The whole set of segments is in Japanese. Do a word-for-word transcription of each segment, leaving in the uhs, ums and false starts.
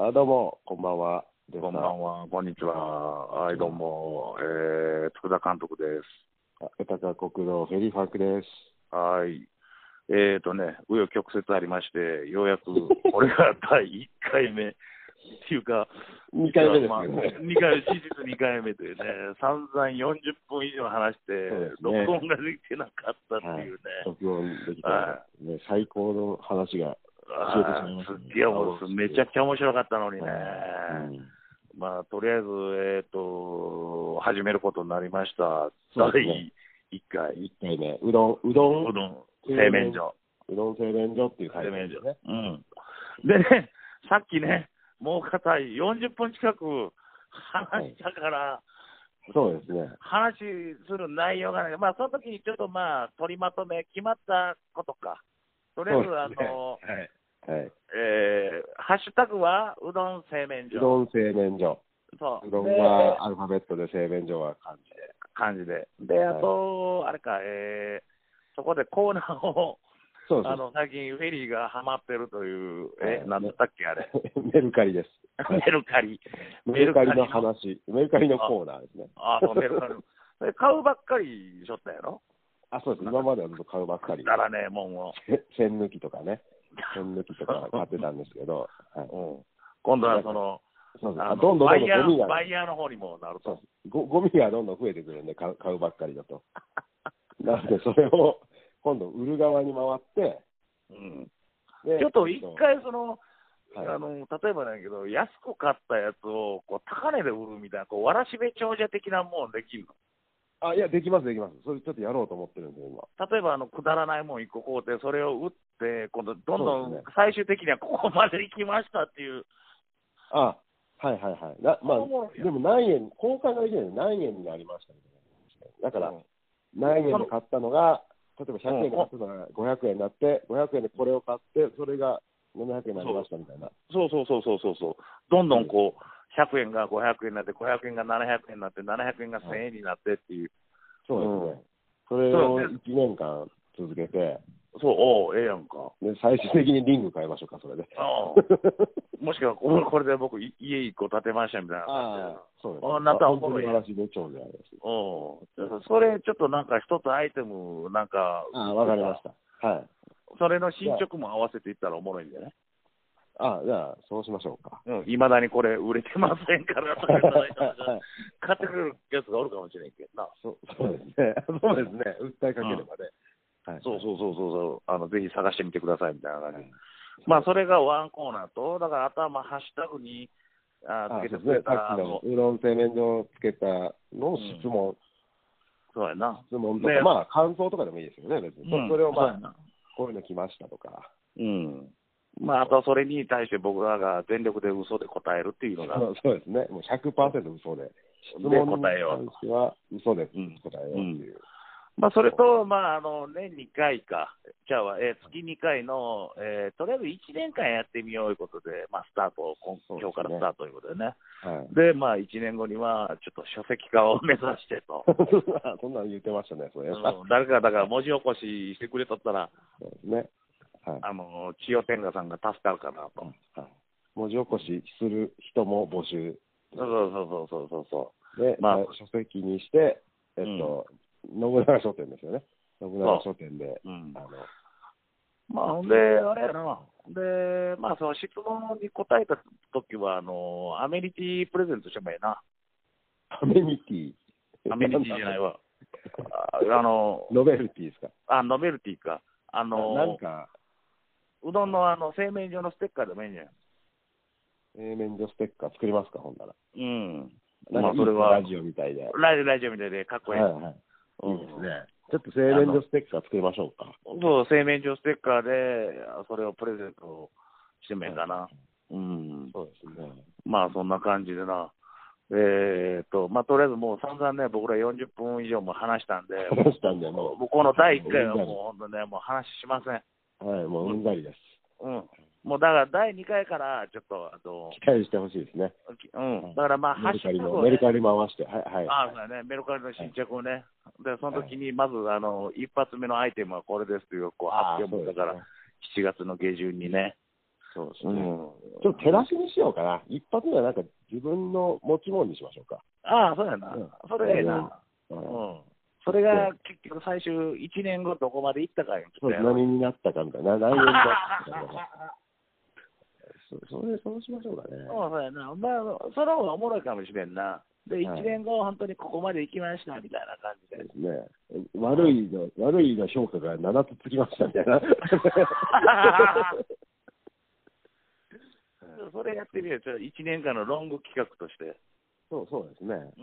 あ、どうも、こんばんは。 こんばんは、こんにちは。はい、どうも、えー、佃監督です。 江高国道フェリーファークです。 はい。えーとね、紆余曲折ありまして、ようやく、これがだいいっかいめっていうか、 にかいめですまあ、 よね。 にかい、事実にかいめでね、散々よんじゅっぷん以上話して、 ね、 録音ができてなかったっていうね。 はい、録音できた、ね、最高の話が消えてしまいました、ね。 いや、もうめちゃくちゃ面白かったのにね。 うん、 まあ、とりあえず、えっ、ー、と、始めることになりました。 そうですね、 だいいっかい。 いっかいめ、うどん、うどん、 うどん製麺所。 うどん製麺所っていうタイトルですね。 うん。でね、さっきね、もう片いよんじゅっぷん近く話したから、はい、 そうですね。 話する内容がない。まあ、その時にちょっとまあ、取りまとめ、決まったことか。とりあえず、ね、あの、 はいはい、 えー、ハッシュタグはうどん製麺所。 うどん製麺所。 そう。 うどんはアルファベットで、製麺所は漢字で。 漢字で。で、あと、はい、あれか、えー、そこでコーナーを、そうそうあの最近フェリーがハマってるという、え、はい、なんだったっけ、あれ。 メルカリです。 メルカリ。 メルカリの話、メルカリのコーナーですね。 ああ、そう、メルカリ。買うばっかりしょったやろ。 あ、そうです。今まではずっと買うばっかり。 だからね、もうもう。栓抜きとかね。栓抜きとか買ってたんですけど。 はい、うん、今度はその、 そうそうあどんどんどんどんバイヤー、バイヤーの方にもなると。 ゴゴミがどんどん増えてくるんで、買う、買うばっかりだと。なので、それを今度売る側に回って、 うん、ちょっと一回その、はい、あの例えばだけど、安く買ったやつをこう高値で売るみたいな、こうわらしべ長者的なもんできるの？ あ、いや、できます、できます。それちょっとやろうと思ってるんで、今。 例えば、あのくだらないもん一個買うて、それを売って、今度、どんどん最終的にはここまで行きましたっていう。 あ、はいはいはい。なまあ、でも何円、交換ができないので何円になりましたみたいな。だから、うん、何円で買ったのが、例えばひゃくえんで買ったのがごひゃくえんになって、ごひゃくえんでこれを買って、それがななひゃくえんになりましたみたいな。 そうそうそうそうそうそう。どんどんこう、ひゃくえんがごひゃくえんになって、ごひゃくえんがななひゃくえんになって、ななひゃくえんがせんえんになってっていう。 そうですね。それをいちねんかん続けて、 そう、おお、ええやんか。 で、最終的にリング買いましょうか、それで。 もしくは、これで僕、家一個建てましたみたいな。 ああ、そうです。 あなたはおもろい。 話でちょうどあります。 おそれ、ちょっとなんか一つアイテム、なんか。 ああ、わかりました。はい。 それの進捗も合わせていったらおもろいんじゃない？ ああ、じゃあ、そうしましょうか。 うん、いまだにこれ売れてませんからとか言ったら、買ってくれるやつがおるかもしれんけどな。 そうそうですね。そうですね。訴えかければね。 はい、そうそうそうそうあの、ぜひ探してみてくださいみたいな感じ。はい、まあ、それがワンコーナーと、だからあとはまあハッシュタグにあつけてくれたら、 さっきのうどん製麺所をつけたの質問、うん、 そうやな。 質問とか、ね、まあ、感想とかでもいいですよね、別に。うん、それをまあ、こういうの来ましたとか。 うん。まあ、あとはそれに対して僕らが全力で嘘で答えるっていうのが。 そうですね。もう ひゃくパーセント 嘘で。質問に関しては嘘で答えようっていう。 うんまあ、それと、まあ、あの年にかいか、じゃあ、えー、月にかいの、えー、とりあえずいちねんかんやってみようということで、まあ、スタート、今日からスタートということでね。はい、で、まあ、いちねんごには、ちょっと書籍化を目指してと。 そんなの言ってましたね、それ。 うん、誰か、だから文字起こししてくれとったら、 そうですね。 はい、あの、千代天下さんが助かるかなと。はい、 文字起こしする人も募集。 そうそうそうそうそうそう。 で、まあ、書籍にして、えっと、うん信長書店ですよね。信長書店で。うん、あのまあ、ほんで、あれやな。で、まあ、その質問に答えたときは、あの、アメニティプレゼントしてもええな。 アメニティアメニティじゃないわ。あの、 ノベルティですか。 あ、ノベルティか。あの、 なんか、 うどんのあの、製麺所のステッカーでもいいんじゃん。 製麺所ステッカー作りますか、ほんなら。 うん。 まあ、それは。ラジオみたいで。 ラジオ、ラジオみたいで、かっこいい。はいはいいいですね。ちょっと製麺所ステッカー作りましょうか。 そう、製麺所ステッカーで、それをプレゼントしてもいいかな。はい、うん。 そうですね。 まあ、そんな感じでな。えー、っと、まあ、とりあえずもう散々ね、僕らよんじゅっぷん以上も話したんで、 話したんで、もう。 もうこのだいいっかいはもう本当ね、もう話しません。 はい、もううんざりです。 うん。もうだからだいにかいからちょっと、あと。 期待してほしいですね。 うん。だからまあ、 ハッシュタグをメルカリ回して、はいはい。 ああ、そうだね。メルカリの新着をね。で、その時にまず、あの、一発目のアイテムはこれですという、こう、発表もだから、しちがつの下旬にね。 そうですね、うん、ちょっと照らしにしようかな。一発目はなんか自分の持ち物にしましょうか。 ああ、そうやな。うん、それええな。うん。うん、それが結局最終いちねんごどこまで行ったかよ。 そう何になったかみたいな。何円だったかみたいな。それ、そうしましょうかね。 そうやな。まあ、その方がおもろいかもしれんな。で、いちねんご、本当にここまで行きましたみたいな感じで。 ですね。悪いの、悪いの評価がななつつきましたみたいな。 それやってみよう。いちねんかんのロング企画として。 そうそうですね。 うん。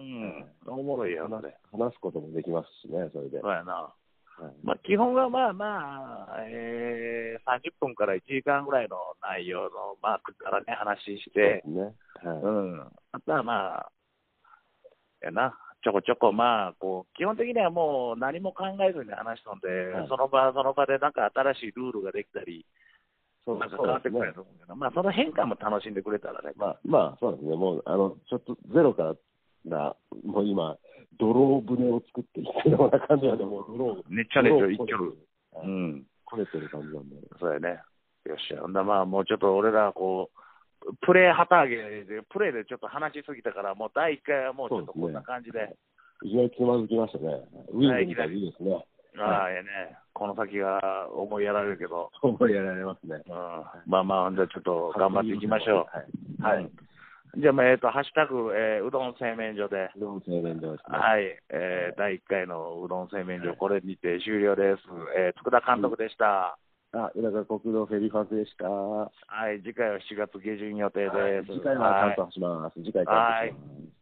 おもろいやん、 ね。話すこともできますしね、それで。 そうやな。はい、まあ、基本はまあまあ、えー、さんじゅっぷんからいちじかんぐらいの内容の、まあ、くだらね、話して、 ね、はい、 うん。あとはまあ、やな、ちょこちょこ、まあ、こう、基本的にはもう何も考えずに話したんで、はい、その場その場でなんか新しいルールができたり、そうなんか変わってくると思うけど、ね、まあ、その変化も楽しんでくれたらね。 まあ、まあ、そうですね、もう、あの、ちょっとゼロからもう今、泥船を作っていくような感じなんで、もう泥めっちゃねちょいっちょる。うん。 こねてる感じなんで。 そうやね。よっしゃ。ほんだまあ、もうちょっと俺ら、こう、プレー旗揚げで、プレーでちょっと話しすぎたから、もうだいいっかいはもうちょっとこんな感じで。でね、 いきなりつまずきましたね。ウィングみたいでいいですね。 ああ、ええね。この先が思いやられるけど。 思いやられますね。 うん。まあまあ、じゃあちょっと頑張っていきましょう。はい。はい。じゃあ、えっと、ハッシュタグ、えー、うどん製麺所で。 うどん製麺所ですね。 はい。えー、だいいっかいのうどん製麺所、これにて終了です。えー、佃監督でした。 あ、浦賀国道フェリーファンクでした。はい。次回はしがつ下旬予定です。 次回はちゃんとします。次回はします。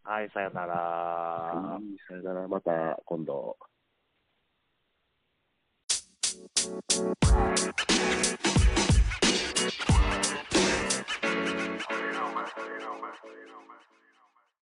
はい。さよなら。 はい。さよなら。また今度。